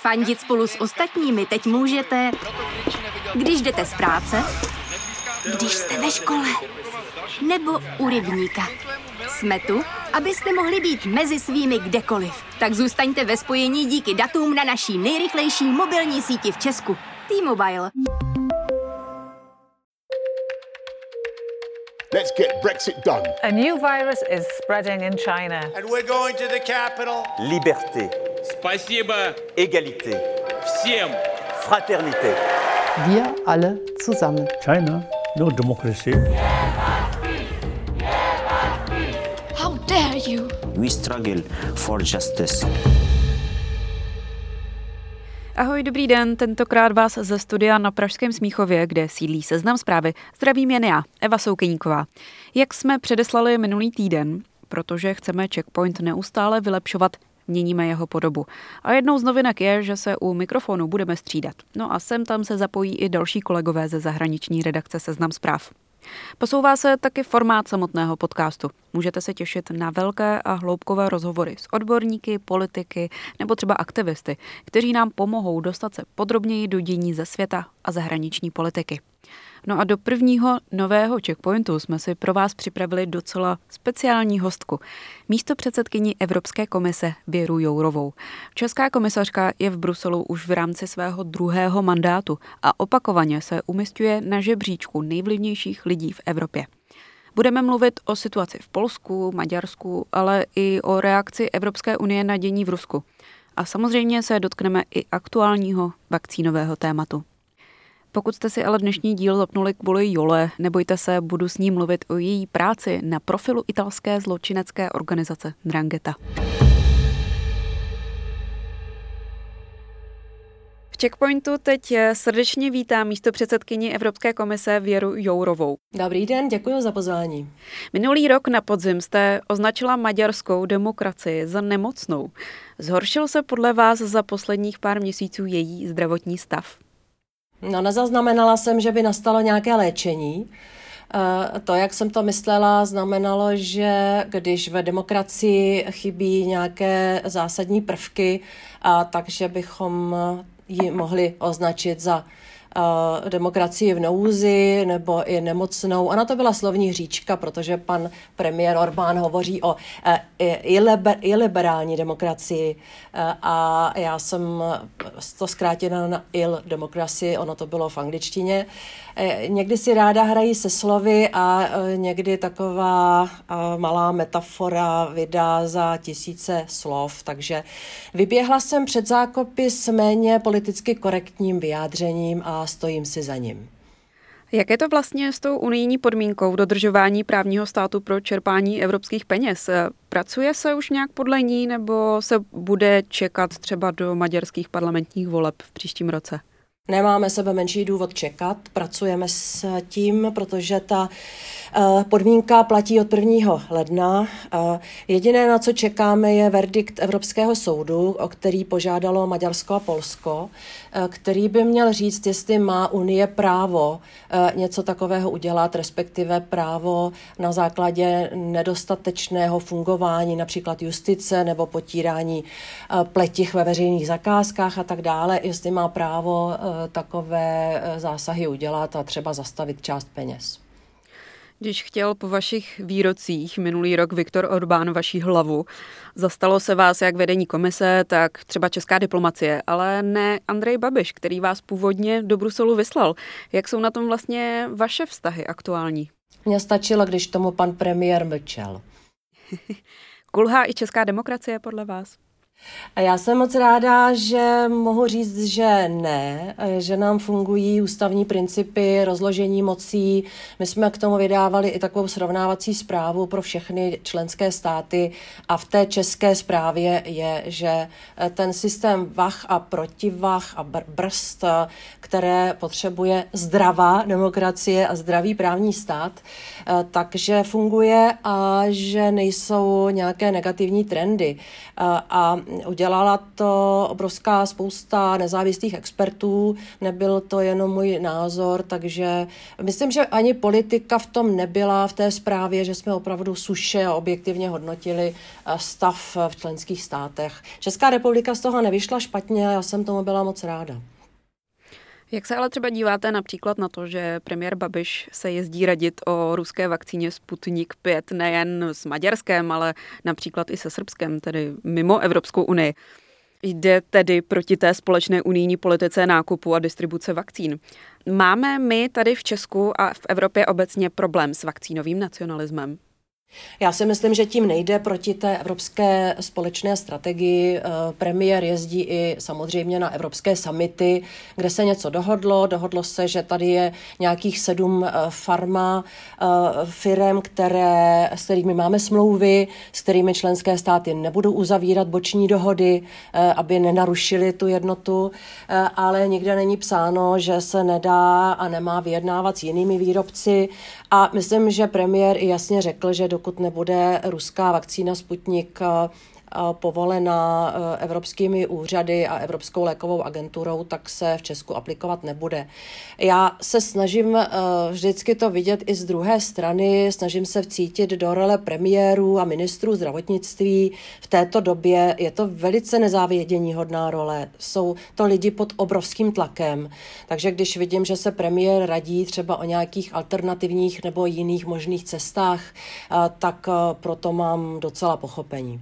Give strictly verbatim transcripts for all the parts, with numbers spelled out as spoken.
Fandit spolu s ostatními teď můžete, když jdete z práce, když jste ve škole, nebo u rybníka. Jsme tu, abyste mohli být mezi svými kdekoliv. Tak zůstaňte ve spojení díky datům na naší nejrychlejší mobilní síti v Česku. T-Mobile. Let's get Brexit done. A new virus is spreading in China. And we're going to the capital. Liberté. Спасибо. Égalité. Всем. Fraternité. Wir alle zusammen. China, no democracy. How dare you? We struggle for justice. Ahoj, dobrý den, tentokrát vás ze studia na Pražském Smíchově, kde sídlí Seznam Zprávy. Zdravím jen já, Eva Soukeníková. Jak jsme předeslali minulý týden, protože chceme Checkpoint neustále vylepšovat, měníme jeho podobu. A jednou z novinek je, že se u mikrofonu budeme střídat. No a sem tam se zapojí i další kolegové ze zahraniční redakce Seznam Zpráv. Posouvá se taky formát samotného podcastu. Můžete se těšit na velké a hloubkové rozhovory s odborníky, politiky nebo třeba aktivisty, kteří nám pomohou dostat se podrobněji do dění ze světa a zahraniční politiky. No a do prvního nového Checkpointu jsme si pro vás připravili docela speciální hostku. Místopředsedkyni Evropské komise Věru Jourovou. Česká komisařka je v Bruselu už v rámci svého druhého mandátu a opakovaně se umisťuje na žebříčku nejvlivnějších lidí v Evropě. Budeme mluvit o situaci v Polsku, Maďarsku, ale i o reakci Evropské unie na dění v Rusku. A samozřejmě se dotkneme i aktuálního vakcínového tématu. Pokud jste si ale dnešní díl zapnuli kvůli Jole, nebojte se, budu s ní mluvit o její práci na profilu italské zločinecké organizace Ndrangheta. V Checkpointu teď srdečně vítám místopředsedkyni Evropské komise Věru Jourovou. Dobrý den, děkuji za pozvání. Minulý rok na podzim jste označila maďarskou demokracii za nemocnou. Zhoršil se podle vás za posledních pár měsíců její zdravotní stav? No, nezaznamenala jsem, že by nastalo nějaké léčení. To, jak jsem to myslela, znamenalo, že když ve demokracii chybí nějaké zásadní prvky, takže bychom ji mohli označit za demokracii v nouzi nebo i nemocnou. Ona to byla slovní hříčka, protože pan premiér Orbán hovoří o iliberální demokracii a já jsem to zkrátila na il demokracii, ono to bylo v angličtině. Někdy si ráda hrají se slovy a někdy taková malá metafora vydá za tisíce slov, takže vyběhla jsem před zákopy s méně politicky korektním vyjádřením a stojím si za ním. Jak je to vlastně s tou unijní podmínkou dodržování právního státu pro čerpání evropských peněz? Pracuje se už nějak podle ní, nebo se bude čekat třeba do maďarských parlamentních voleb v příštím roce? Nemáme sebe menší důvod čekat, pracujeme s tím, protože ta podmínka platí od prvního ledna. Jediné, na co čekáme, je verdikt Evropského soudu, o který požádalo Maďarsko a Polsko, který by měl říct, jestli má Unie právo něco takového udělat, respektive právo na základě nedostatečného fungování například justice nebo potírání pletich ve veřejných zakázkách a tak dále, jestli má právo takové zásahy udělat a třeba zastavit část peněz. Když chtěl po vašich výrocích minulý rok Viktor Orbán vaší hlavu, zastalo se vás jak vedení komise, tak třeba česká diplomacie, ale ne Andrej Babiš, který vás původně do Bruselu vyslal. Jak jsou na tom vlastně vaše vztahy aktuální? Mně stačilo, když tomu pan premiér mlčel. Kulhá i česká demokracie podle vás? A já jsem moc ráda, že mohu říct, že ne, že nám fungují ústavní principy rozložení mocí. My jsme k tomu vydávali i takovou srovnávací zprávu pro všechny členské státy a v té české zprávě je, že ten systém vah a protivah a brzd, které potřebuje zdravá demokracie a zdravý právní stát, takže funguje a že nejsou nějaké negativní trendy. A udělala to obrovská spousta nezávislých expertů, nebyl to jenom můj názor, takže myslím, že ani politika v tom nebyla v té zprávě, že jsme opravdu suše a objektivně hodnotili stav v členských státech. Česká republika z toho nevyšla špatně a já jsem tomu byla moc ráda. Jak se ale třeba díváte například na to, že premiér Babiš se jezdí radit o ruské vakcíně Sputnik pět nejen s Maďarskem, ale například i se Srbskem, tedy mimo Evropskou unii. Jde tedy proti té společné unijní politice nákupu a distribuce vakcín. Máme my tady v Česku a v Evropě obecně problém s vakcínovým nacionalismem? Já si myslím, že tím nejde proti té evropské společné strategii. Premiér jezdí i samozřejmě na evropské summity, kde se něco dohodlo. Dohodlo se, že tady je nějakých sedm farma firem, které, s kterými máme smlouvy, s kterými členské státy nebudou uzavírat boční dohody, aby nenarušili tu jednotu, ale nikde není psáno, že se nedá a nemá vyjednávat s jinými výrobci. A myslím, že premiér i jasně řekl, že dokud nebude ruská vakcína Sputnik povolena evropskými úřady a Evropskou lékovou agenturou, tak se v Česku aplikovat nebude. Já se snažím vždycky to vidět i z druhé strany, snažím se vcítit do role premiérů a ministrů zdravotnictví. V této době je to velice nezáviděníhodná role. Jsou to lidi pod obrovským tlakem. Takže když vidím, že se premiér radí třeba o nějakých alternativních nebo jiných možných cestách, tak proto mám docela pochopení.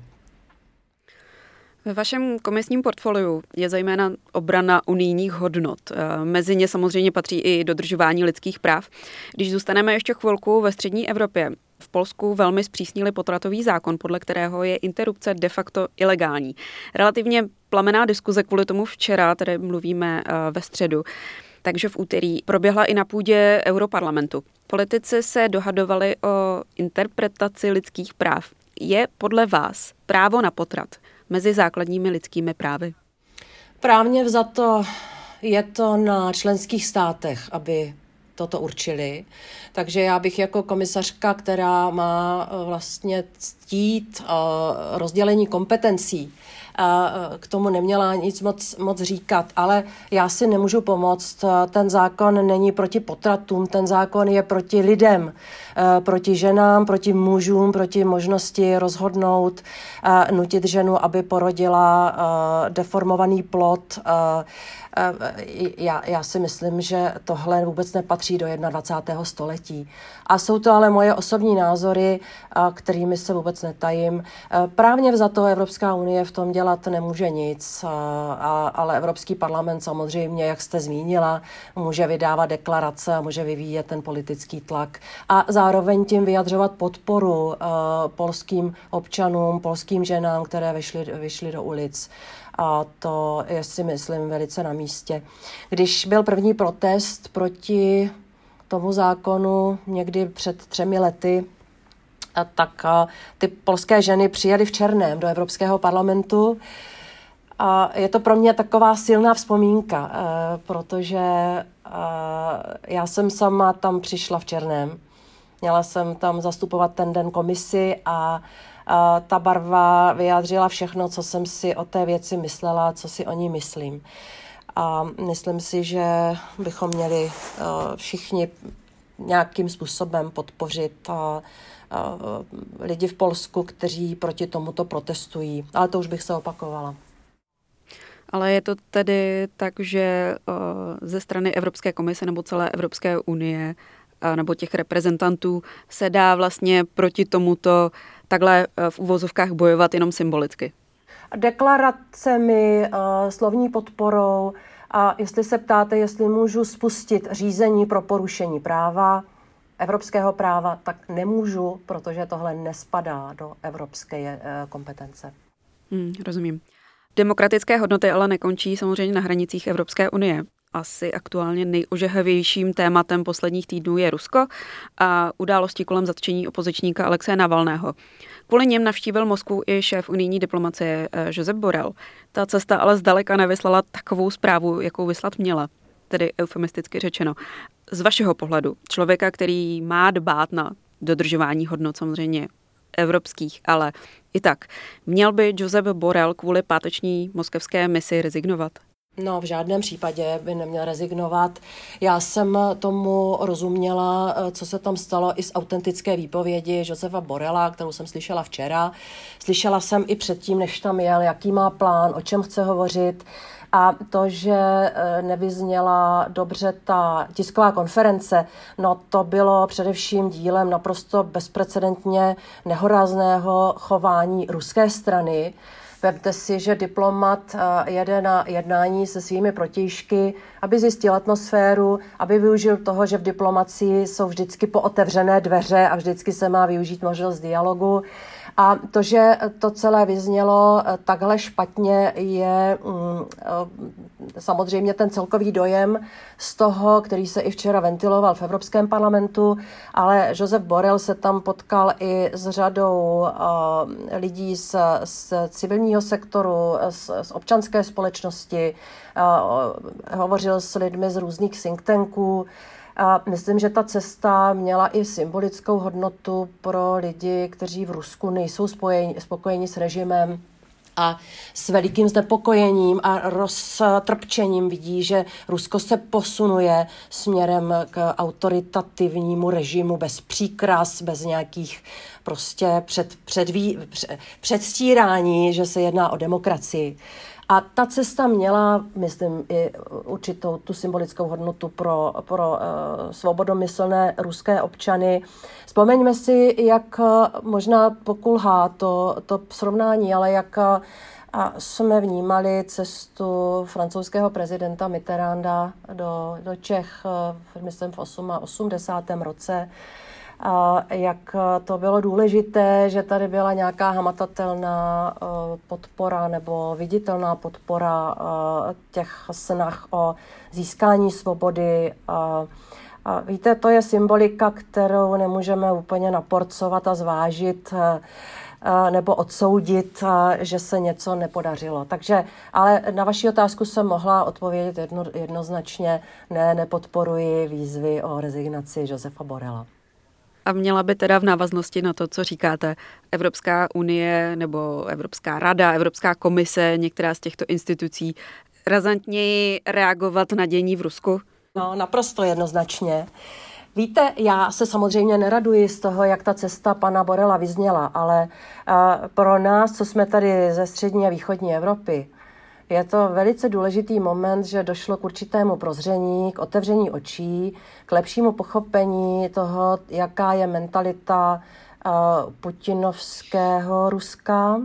Ve vašem komisním portfoliu je zejména obrana unijních hodnot. Mezi ně samozřejmě patří i dodržování lidských práv. Když zůstaneme ještě chvilku ve střední Evropě, v Polsku velmi zpřísnili potratový zákon, podle kterého je interrupce de facto ilegální. Relativně plamená diskuze kvůli tomu včera, tedy mluvíme ve středu, takže v úterý proběhla i na půdě Europarlamentu. Politici se dohadovali o interpretaci lidských práv. Je podle vás právo na potrat mezi základními lidskými právy? Právně vzato je to na členských státech, aby toto určili. Takže já bych jako komisařka, která má vlastně ctít rozdělení kompetencí, k tomu neměla nic moc, moc říkat, ale já si nemůžu pomoct. Ten zákon není proti potratům, ten zákon je proti lidem, proti ženám, proti mužům, proti možnosti rozhodnout, nutit ženu, aby porodila deformovaný plod. Já, já si myslím, že tohle vůbec nepatří do dvacátého prvního století. A jsou to ale moje osobní názory, kterými se vůbec netajím. Právně vzato Evropská unie v tom dělat nemůže nic, ale Evropský parlament samozřejmě, jak jste zmínila, může vydávat deklarace a může vyvíjet ten politický tlak a zároveň tím vyjadřovat podporu polským občanům, polským ženám, které vyšly, vyšly do ulic. A to je, si myslím, velice na místě. Když byl první protest proti tomu zákonu někdy před třemi lety, tak ty polské ženy přijely v černém do Evropského parlamentu. A je to pro mě taková silná vzpomínka, protože já jsem sama tam přišla v černém. Měla jsem tam zastupovat ten den komisi a A ta barva vyjádřila všechno, co jsem si o té věci myslela, co si o ní myslím. A myslím si, že bychom měli všichni nějakým způsobem podpořit lidi v Polsku, kteří proti tomuto protestují. Ale to už bych se opakovala. Ale je to tedy tak, že ze strany Evropské komise nebo celé Evropské unie nebo těch reprezentantů se dá vlastně proti tomuto takhle v uvozovkách bojovat jenom symbolicky? Deklaracemi, slovní podporou a jestli se ptáte, jestli můžu spustit řízení pro porušení práva, evropského práva, tak nemůžu, protože tohle nespadá do evropské kompetence. Hmm, rozumím. Demokratické hodnoty ale nekončí samozřejmě na hranicích Evropské unie. Asi aktuálně nejožehavějším tématem posledních týdnů je Rusko a události kolem zatčení opozičníka Alexeje Navalného. Kvůli něm navštívil Moskvu i šéf unijní diplomacie Josep Borrell. Ta cesta ale zdaleka nevyslala takovou zprávu, jakou vyslat měla, tedy eufemisticky řečeno. Z vašeho pohledu, člověka, který má dbát na dodržování hodnot samozřejmě evropských, ale i tak. Měl by Josep Borrell kvůli páteční moskevské misi rezignovat? No, v žádném případě by neměl rezignovat. Já jsem tomu rozuměla, co se tam stalo i z autentické výpovědi Josefa Borrella, kterou jsem slyšela včera. Slyšela jsem i předtím, než tam jel, jaký má plán, o čem chce hovořit. A to, že nevyzněla dobře ta tisková konference, no to bylo především dílem naprosto bezprecedentně nehorázného chování ruské strany. Vemte si, že diplomat jede na jednání se svými protějšky, aby zjistil atmosféru, aby využil toho, že v diplomacii jsou vždycky pootevřené dveře a vždycky se má využít možnost dialogu. A to, že to celé vyznělo takhle špatně, je mm, samozřejmě ten celkový dojem z toho, který se i včera ventiloval v Evropském parlamentu, ale Josep Borrell se tam potkal i s řadou uh, lidí z, z civilního sektoru, z, z občanské společnosti, uh, hovořil s lidmi z různých think tanků. A myslím, že ta cesta měla i symbolickou hodnotu pro lidi, kteří v Rusku nejsou spojeni, spokojeni s režimem a s velikým znepokojením a roztrpčením vidí, že Rusko se posunuje směrem k autoritativnímu režimu bez příkras, bez nějakých prostě před, předví, před, předstírání, že se jedná o demokracii. A ta cesta měla, myslím, i určitou tu symbolickou hodnotu pro, pro uh, svobodomyslné ruské občany. Vzpomeňme si, jak uh, možná pokulhá to, to srovnání, ale jak uh, jsme vnímali cestu francouzského prezidenta Mitterranda do, do Čech, uh, myslím, v osmdesátém roce. A jak to bylo důležité, že tady byla nějaká hmatatelná podpora nebo viditelná podpora těch snah o získání svobody. A víte, to je symbolika, kterou nemůžeme úplně naporcovat a zvážit nebo odsoudit, že se něco nepodařilo. Takže, ale na vaši otázku jsem mohla odpovědět jedno, jednoznačně, ne, nepodporuji výzvy o rezignaci Josefa Borrella. A měla by teda v návaznosti na to, co říkáte, Evropská unie nebo Evropská rada, Evropská komise, některá z těchto institucí razantněji reagovat na dění v Rusku? No, naprosto jednoznačně. Víte, já se samozřejmě neraduji z toho, jak ta cesta pana Borrella vyzněla, ale pro nás, co jsme tady ze střední a východní Evropy, je to velice důležitý moment, že došlo k určitému prozření, k otevření očí, k lepšímu pochopení toho, jaká je mentalita uh, putinovského Ruska.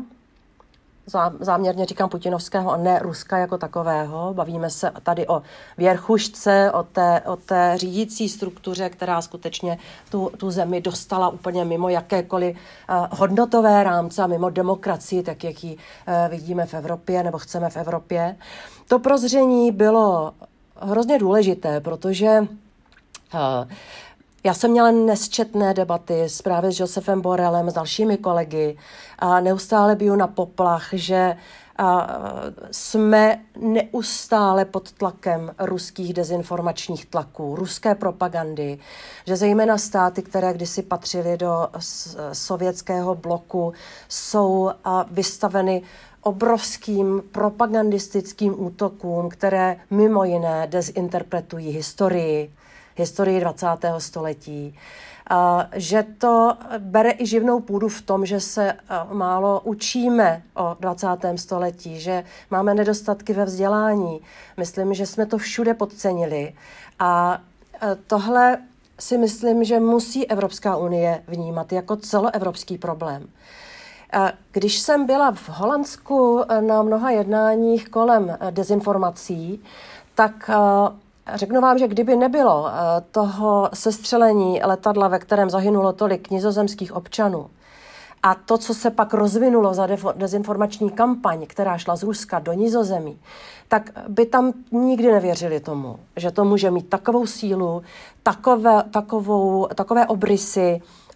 Záměrně říkám putinovského a ne Ruska jako takového. Bavíme se tady o věrchušce, o té, o té řídící struktuře, která skutečně tu, tu zemi dostala úplně mimo jakékoliv uh, hodnotové rámce a mimo demokracii, tak jak ji uh, vidíme v Evropě nebo chceme v Evropě. To prozření bylo hrozně důležité, protože uh, já jsem měla nesčetné debaty právě s Josefem Borrellem, s dalšími kolegy a neustále biju na poplach, že a jsme neustále pod tlakem ruských dezinformačních tlaků, ruské propagandy, že zejména státy, které kdysi patřily do sovětského bloku, jsou vystaveny obrovským propagandistickým útokům, které mimo jiné dezinterpretují historii, historii dvacátého století. Že to bere i živnou půdu v tom, že se málo učíme o dvacátém století, že máme nedostatky ve vzdělání. Myslím, že jsme to všude podcenili. A tohle si myslím, že musí Evropská unie vnímat jako celoevropský problém. Když jsem byla v Holandsku na mnoha jednáních kolem dezinformací, tak řeknu vám, že kdyby nebylo toho sestřelení letadla, ve kterém zahynulo tolik nizozemských občanů, a to, co se pak rozvinulo za dezinformační kampaň, která šla z Ruska do Nizozemí, tak by tam nikdy nevěřili tomu, že to může mít takovou sílu, takové, takovou, takové obrysy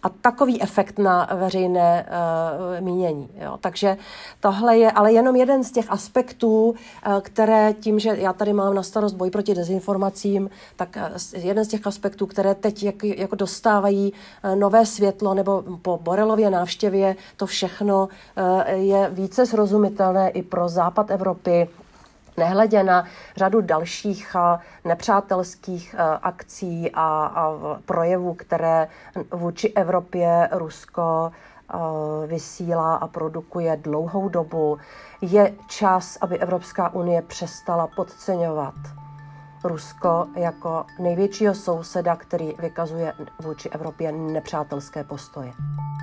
a takový efekt na veřejné uh, mínění. Jo. Takže tohle je ale jenom jeden z těch aspektů, uh, které tím, že já tady mám na starost boj proti dezinformacím, tak uh, jeden z těch aspektů, které teď jak, jako dostávají uh, nové světlo, nebo po Borrelově návštěvě to všechno uh, je více srozumitelné i pro západ Evropy, nehledě na řadu dalších nepřátelských akcí a projevů, které vůči Evropě Rusko vysílá a produkuje dlouhou dobu. Je čas, aby Evropská unie přestala podceňovat Rusko jako největšího souseda, který vykazuje vůči Evropě nepřátelské postoje.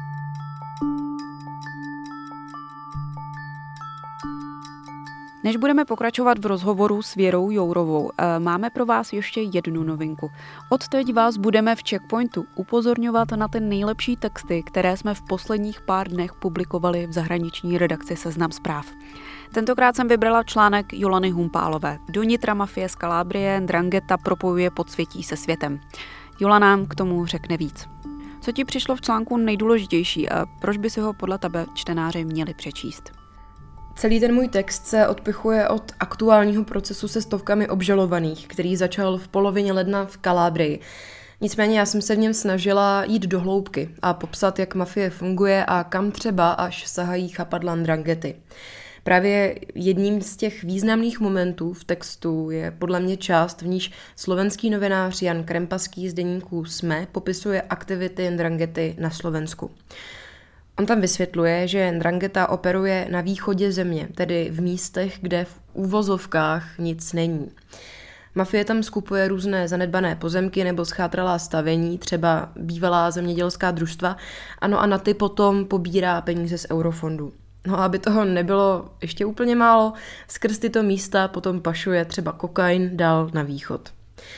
Než budeme pokračovat v rozhovoru s Věrou Jourovou, máme pro vás ještě jednu novinku. Odteď vás budeme v Checkpointu upozorňovat na ty nejlepší texty, které jsme v posledních pár dnech publikovali v zahraniční redakci Seznam zpráv. Tentokrát jsem vybrala článek Jolany Humpálové. Do nitra mafie z Kalábrie 'Ndrangheta propojuje podsvětí se světem. Jola nám k tomu řekne víc. Co ti přišlo v článku nejdůležitější a proč by si ho podle tebe čtenáři měli přečíst? Celý ten můj text se odpichuje od aktuálního procesu se stovkami obžalovaných, který začal v polovině ledna v Kalábrii. Nicméně já jsem se v něm snažila jít do hloubky a popsat, jak mafie funguje a kam třeba až sahají chapadla 'Ndranghety. Právě jedním z těch významných momentů v textu je podle mě část, v níž slovenský novinář Jan Krempaský z deníku SME popisuje aktivity 'Ndranghety na Slovensku. On tam vysvětluje, že 'Ndrangheta operuje na východě země, tedy v místech, kde v úvozovkách nic není. Mafie tam skupuje různé zanedbané pozemky nebo schátralá stavení, třeba bývalá zemědělská družstva, ano a na ty potom pobírá peníze z eurofondu. No a aby toho nebylo ještě úplně málo, skrz tyto místa potom pašuje třeba kokain dál na východ.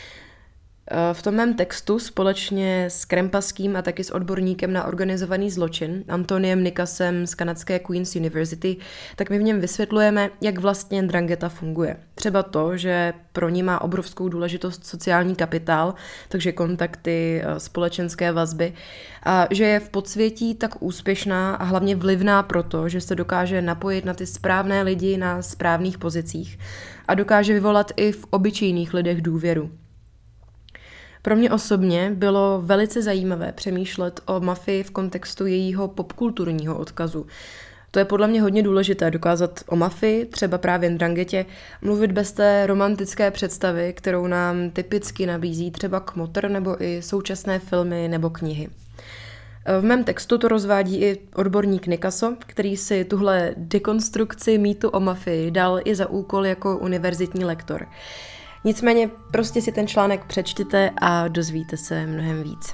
V tom mém textu společně s Krempaským a taky s odborníkem na organizovaný zločin Antoniem Nikasem z kanadské Queen's University, tak my v něm vysvětlujeme, jak vlastně 'Ndrangheta funguje. Třeba to, že pro ní má obrovskou důležitost sociální kapitál, takže kontakty, společenské vazby, a že je v podsvětí tak úspěšná a hlavně vlivná proto, že se dokáže napojit na ty správné lidi na správných pozicích a dokáže vyvolat i v obyčejných lidech důvěru. Pro mě osobně bylo velice zajímavé přemýšlet o mafii v kontextu jejího popkulturního odkazu. To je podle mě hodně důležité dokázat o mafii, třeba právě 'Ndrangetě, mluvit bez té romantické představy, kterou nám typicky nabízí třeba Kmotr nebo i současné filmy nebo knihy. V mém textu to rozvádí i odborník Nikaso, který si tuhle dekonstrukci mýtu o mafii dal i za úkol jako univerzitní lektor. Nicméně prostě si ten článek přečtěte a dozvíte se mnohem víc.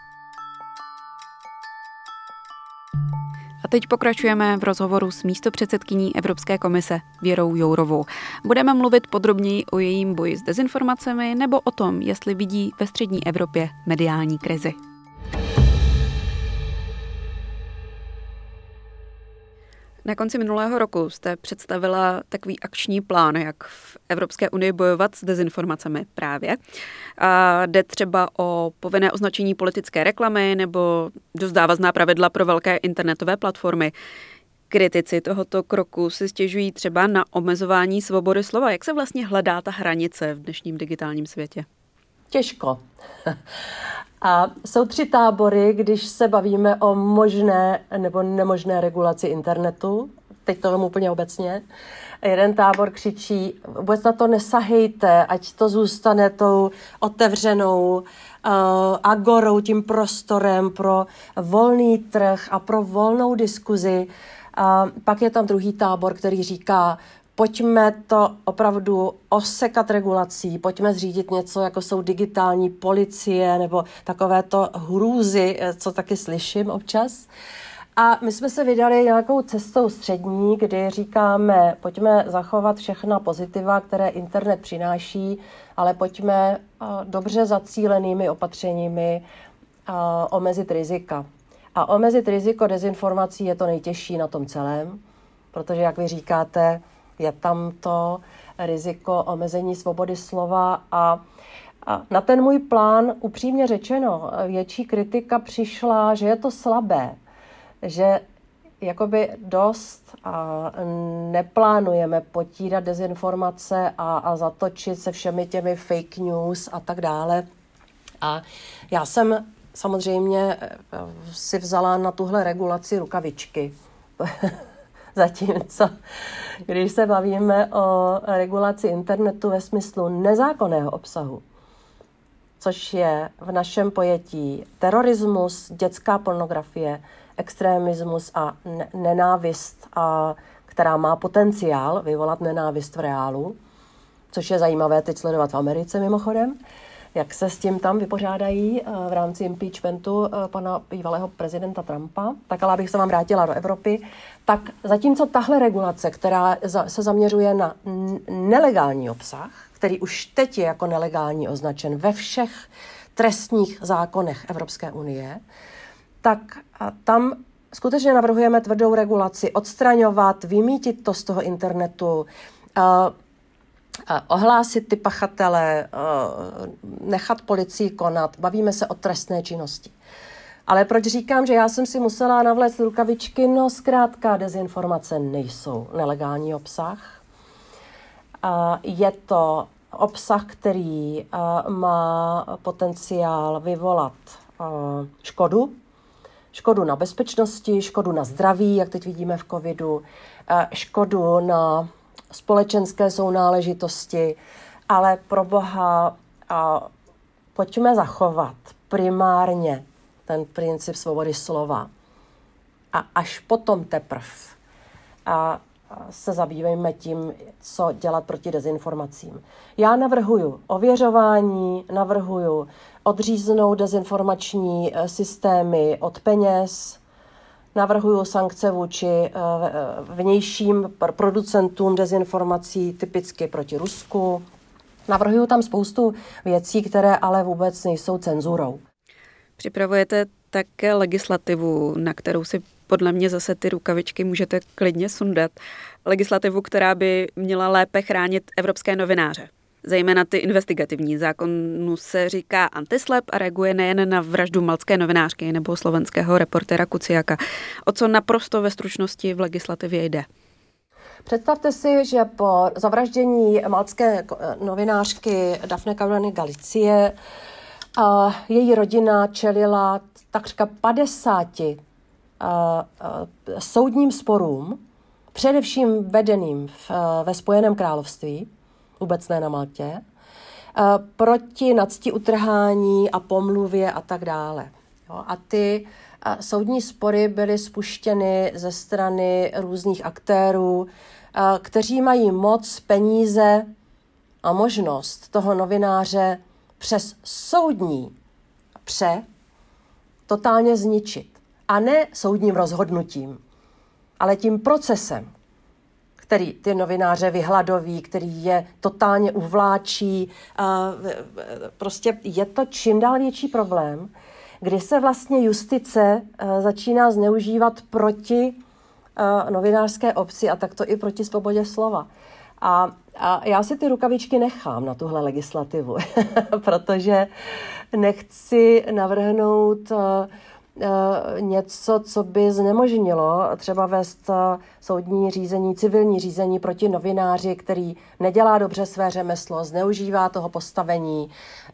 A teď pokračujeme v rozhovoru s místopředsedkyní Evropské komise Věrou Jourovou. Budeme mluvit podrobněji o jejím boji s dezinformacemi nebo o tom, jestli vidí ve střední Evropě mediální krizi. Na konci minulého roku jste představila takový akční plán, jak v Evropské unii bojovat s dezinformacemi právě. A jde třeba o povinné označení politické reklamy nebo dost závazná pravidla pro velké internetové platformy. Kritici tohoto kroku si stěžují třeba na omezování svobody slova. Jak se vlastně hledá ta hranice v dnešním digitálním světě? Těžko. A jsou tři tábory, když se bavíme o možné nebo nemožné regulaci internetu. Teď to vemu úplně obecně. Jeden tábor křičí, vůbec na to nesahejte, ať to zůstane tou otevřenou uh, agorou, tím prostorem pro volný trh a pro volnou diskuzi. A pak je tam druhý tábor, který říká, pojďme to opravdu osekat regulací, pojďme zřídit něco, jako jsou digitální policie nebo takovéto hrůzy, co taky slyším občas. A my jsme se vydali nějakou cestou střední, kdy říkáme, pojďme zachovat všechna pozitiva, které internet přináší, ale pojďme dobře zacílenými opatřeními omezit rizika. A omezit riziko dezinformací je to nejtěžší na tom celém, protože, jak vy říkáte, je tam to riziko omezení svobody slova a A na ten můj plán, upřímně řečeno, větší kritika přišla, že je to slabé, že jakoby dost a neplánujeme potírat dezinformace a, a zatočit se všemi těmi fake news a tak dále. A já jsem samozřejmě si vzala na tuhle regulaci rukavičky. Zatímco, když se bavíme o regulaci internetu ve smyslu nezákonného obsahu, což je v našem pojetí terorismus, dětská pornografie, extremismus a nenávist, a, která má potenciál vyvolat nenávist v reálu, což je zajímavé teď sledovat v Americe mimochodem, jak se s tím tam vypořádají v rámci impeachmentu pana bývalého prezidenta Trumpa. Tak ale abych se vám vrátila do Evropy, tak zatímco tahle regulace, která se zaměřuje na nelegální obsah, který už teď je jako nelegální označen ve všech trestních zákonech Evropské unie, tak tam skutečně navrhujeme tvrdou regulaci, odstraňovat, vymítit to z toho internetu, ohlásit ty pachatele, nechat policii konat, bavíme se o trestné činnosti. Ale proč říkám, že já jsem si musela navléct rukavičky? No zkrátka dezinformace nejsou nelegální obsah. Je to obsah, který má potenciál vyvolat škodu, škodu na bezpečnosti, škodu na zdraví, jak teď vidíme v covidu, škodu na společenské sounáležitosti, ale pro Boha a pojďme zachovat primárně ten princip svobody slova. A až potom teprv a se zabývejme tím, co dělat proti dezinformacím. Já navrhuju ověřování, navrhuju odříznout dezinformační systémy od peněz, navrhuju sankce vůči vnějším producentům dezinformací, typicky proti Rusku. Navrhuju tam spoustu věcí, které ale vůbec nejsou cenzurou. Připravujete také legislativu, na kterou si podle mě zase ty rukavičky můžete klidně sundat. Legislativu, která by měla lépe chránit evropské novináře. Zejména ty investigativní. Zákonu se říká antislep a reaguje nejen na vraždu maltské novinářky nebo slovenského reportéra Kuciaka. O co naprosto ve stručnosti v legislativě jde? Představte si, že po zavraždění maltské novinářky Daphne Caruany Galizie a její rodina čelila takřka padesáti soudním sporům, především vedeným v, ve Spojeném království, vůbec ne na Maltě, proti nadsti utrhání a pomluvě a tak dále. Jo, a ty a soudní spory byly spuštěny ze strany různých aktérů, a, kteří mají moc, peníze a možnost toho novináře přes soudní pře totálně zničit. A ne soudním rozhodnutím, ale tím procesem, který ty novináře vyhladoví, který je totálně uvláčí. Prostě je to čím dál větší problém, kdy se vlastně justice začíná zneužívat proti novinářské obci a takto i proti svobodě slova. A, a já si ty rukavičky nechám na tuhle legislativu, protože nechci navrhnout něco, co by znemožnilo třeba vést soudní řízení, civilní řízení proti novináři, který nedělá dobře své řemeslo, zneužívá toho postavení,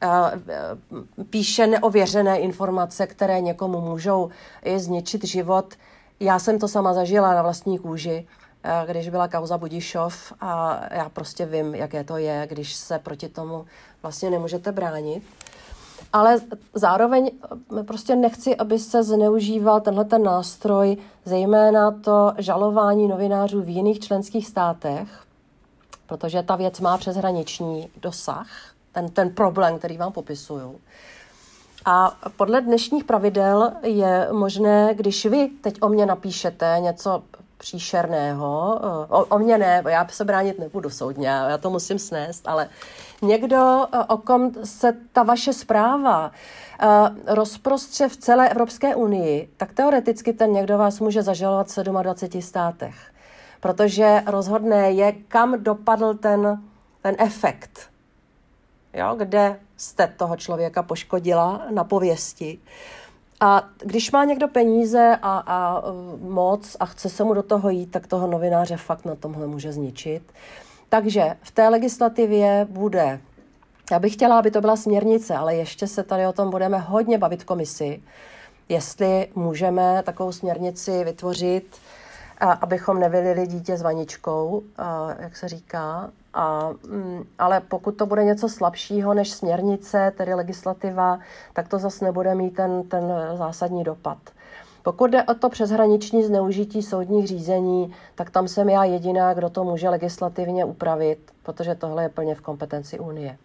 píše neověřené informace, které někomu můžou i zničit život. Já jsem to sama zažila na vlastní kůži, když byla kauza Budišov a já prostě vím, jaké to je, když se proti tomu vlastně nemůžete bránit. Ale zároveň prostě nechci, aby se zneužíval tenhle ten nástroj, zejména to žalování novinářů v jiných členských státech, protože ta věc má přeshraniční dosah, ten, ten problém, který vám popisuju. A podle dnešních pravidel je možné, když vy teď o mě napíšete něco příšerného, o, o mě ne, já se bránit nebudu soudně, já to musím snést, ale někdo, o kom se ta vaše zpráva uh, rozprostře v celé Evropské unii, tak teoreticky ten někdo vás může zažalovat v dvaceti sedmi státech, protože rozhodné je, kam dopadl ten, ten efekt jo, kde jste toho člověka poškodila na pověsti. A když má někdo peníze a, a moc a chce se mu do toho jít, tak toho novináře fakt na tomhle může zničit. Takže v té legislativě bude, já bych chtěla, aby to byla směrnice, ale ještě se tady o tom budeme hodně bavit v komisi, jestli můžeme takovou směrnici vytvořit, a, abychom nevylili dítě s vaničkou, a, jak se říká. A, ale pokud to bude něco slabšího než směrnice, tedy legislativa, tak to zase nebude mít ten, ten zásadní dopad. Pokud jde o to přeshraniční zneužití soudních řízení, tak tam jsem já jediná, kdo to může legislativně upravit, protože tohle je plně v kompetenci Unie.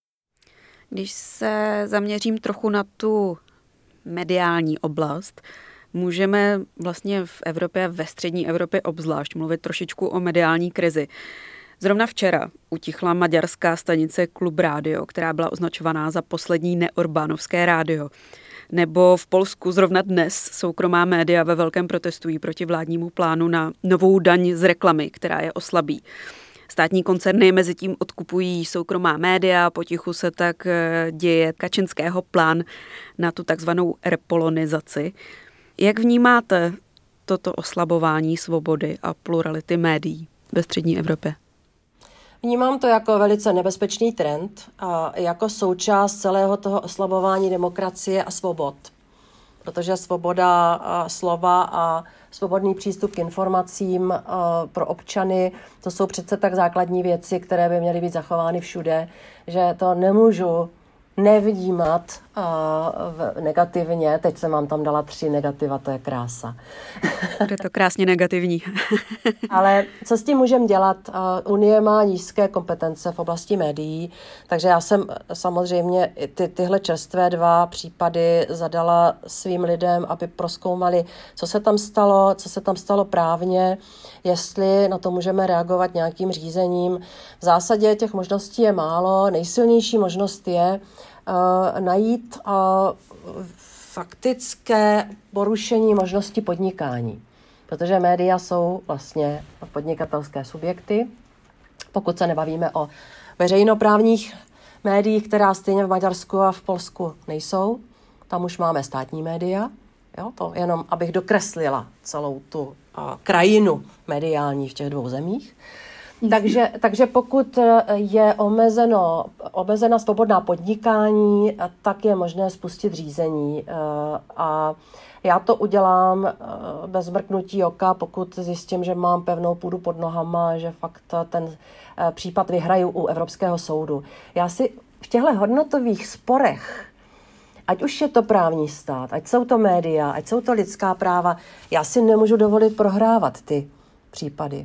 Když se zaměřím trochu na tu mediální oblast, můžeme vlastně v Evropě, ve střední Evropě obzvlášť, mluvit trošičku o mediální krizi. Zrovna včera utichla maďarská stanice Klub Rádio, která byla označovaná za poslední neorbánovské rádio. Nebo v Polsku zrovna dnes soukromá média ve velkém protestují proti vládnímu plánu na novou daň z reklamy, která je oslabí. Státní koncerny mezi tím odkupují soukromá média, potichu se tak děje Kačinského plán na tu takzvanou repolonizaci. Jak vnímáte toto oslabování svobody a plurality médií ve střední Evropě? Vnímám to jako velice nebezpečný trend a jako součást celého toho oslabování demokracie a svobod. Protože svoboda a slova a svobodný přístup k informacím pro občany, to jsou přece tak základní věci, které by měly být zachovány všude, že to nemůžu nevnímat uh, negativně. Teď jsem vám tam dala tři negativa, to je krása. Je to krásně negativní. Ale co s tím můžeme dělat? Uh, Unie má nízké kompetence v oblasti médií, takže já jsem samozřejmě ty, tyhle čerstvé dva případy zadala svým lidem, aby prozkoumali, co se tam stalo, co se tam stalo právně, jestli na to můžeme reagovat nějakým řízením. V zásadě těch možností je málo. Nejsilnější možnost je uh, najít uh, faktické porušení možnosti podnikání. Protože média jsou vlastně podnikatelské subjekty. Pokud se nebavíme o veřejnoprávních médiích, která stejně v Maďarsku a v Polsku nejsou, tam už máme státní média. Jo, to jenom, abych dokreslila celou tu uh, krajinu mediální v těch dvou zemích. Takže, takže pokud je omezeno, omezena svobodná podnikání, tak je možné spustit řízení. A já to udělám bez mrknutí oka, pokud zjistím, že mám pevnou půdu pod nohama, že fakt ten případ vyhraju u Evropského soudu. Já si v těchto hodnotových sporech, ať už je to právní stát, ať jsou to média, ať jsou to lidská práva, já si nemůžu dovolit prohrávat ty případy.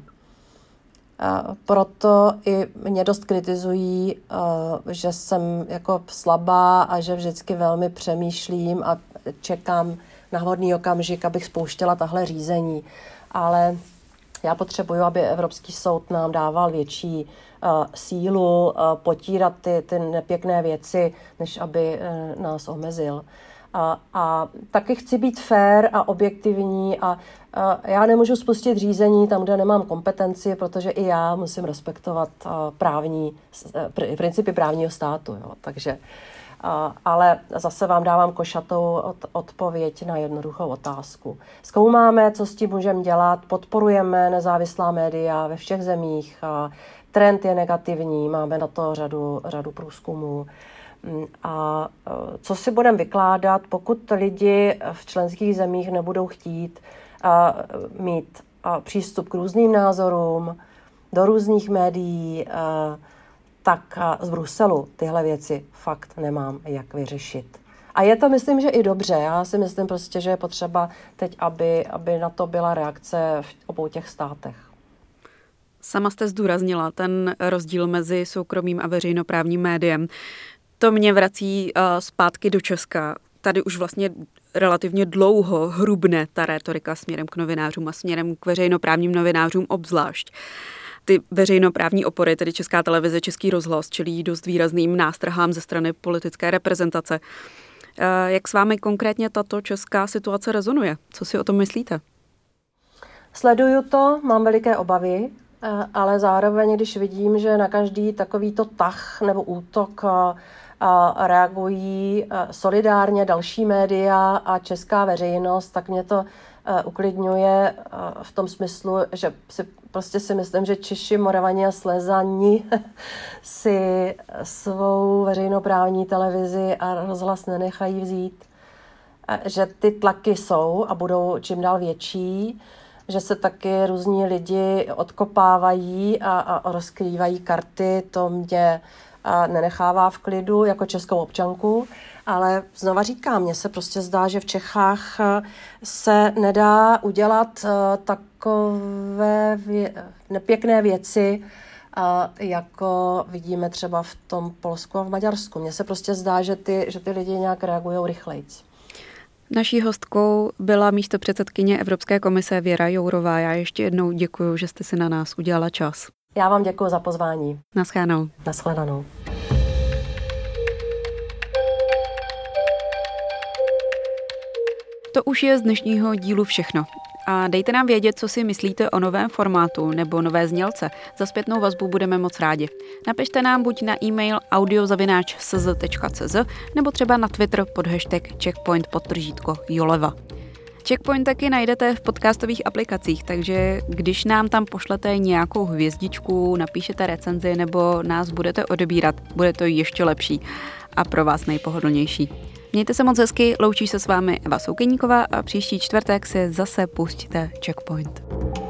A proto i mě dost kritizují, že jsem jako slabá a že vždycky velmi přemýšlím a čekám na vhodný okamžik, abych spouštěla tahle řízení. Ale já potřebuju, aby Evropský soud nám dával větší uh, sílu uh, potírat ty, ty nepěkné věci, než aby uh, nás omezil. A, a taky chci být fair a objektivní a, a já nemůžu spustit řízení tam, kde nemám kompetenci, protože i já musím respektovat a, právní, pr- principy právního státu. Jo. Takže, a, ale zase vám dávám košatou od, odpověď na jednoduchou otázku. Zkoumáme, co s tím můžeme dělat, podporujeme nezávislá média ve všech zemích, a trend je negativní, máme na to řadu, řadu průzkumů. A co si budeme vykládat, pokud lidi v členských zemích nebudou chtít a, mít a, přístup k různým názorům, do různých médií, a, tak a, z Bruselu tyhle věci fakt nemám jak vyřešit. A je to, myslím, že i dobře. Já si myslím prostě, že je potřeba teď, aby, aby na to byla reakce v obou těch státech. Sama jste zdůraznila ten rozdíl mezi soukromým a veřejnoprávním médiem. To mě vrací uh, zpátky do Česka. Tady už vlastně relativně dlouho hrubne ta rétorika směrem k novinářům a směrem k veřejnoprávním novinářům obzvlášť. Ty veřejnoprávní opory, tedy Česká televize, Český rozhlas, čelí dost výrazným nástrahám ze strany politické reprezentace. Uh, jak s vámi konkrétně tato česká situace rezonuje? Co si o tom myslíte? Sleduju to, mám veliké obavy. ale zároveň, když vidím, že na každý takovýto tah nebo útok reagují solidárně další média a česká veřejnost, tak mě to uklidňuje v tom smyslu, že si, prostě si myslím, že Češi, Moravani a Slezani si svou veřejnoprávní televizi a rozhlas nenechají vzít. Že ty tlaky jsou a budou čím dál větší, že se taky různí lidi odkopávají a, a rozkrývají karty, to mě nenechává v klidu jako českou občanku, ale znova říkám, mně se prostě zdá, že v Čechách se nedá udělat takové vě- nepěkné věci, jako vidíme třeba v tom Polsku a v Maďarsku. Mně se prostě zdá, že ty, že ty lidi nějak reagují rychlejc. Naší hostkou byla místopředsedkyně Evropské komise Věra Jourová. Já ještě jednou děkuji, že jste si na nás udělala čas. Já vám děkuji za pozvání. Naschledanou. Naschledanou. To už je z dnešního dílu všechno. A dejte nám vědět, co si myslíte o novém formátu nebo nové znělce. Za zpětnou vazbu budeme moc rádi. Napište nám buď na e-mail audio zavináč s z tečka c z nebo třeba na Twitter pod hashtag checkpoint podtržítko Joleva. Checkpoint taky najdete v podcastových aplikacích, takže když nám tam pošlete nějakou hvězdičku, napíšete recenzi nebo nás budete odebírat, bude to ještě lepší a pro vás nejpohodlnější. Mějte se moc hezky, loučí se s vámi Eva Soukeníková a příští čtvrtek si zase pustíte Checkpoint.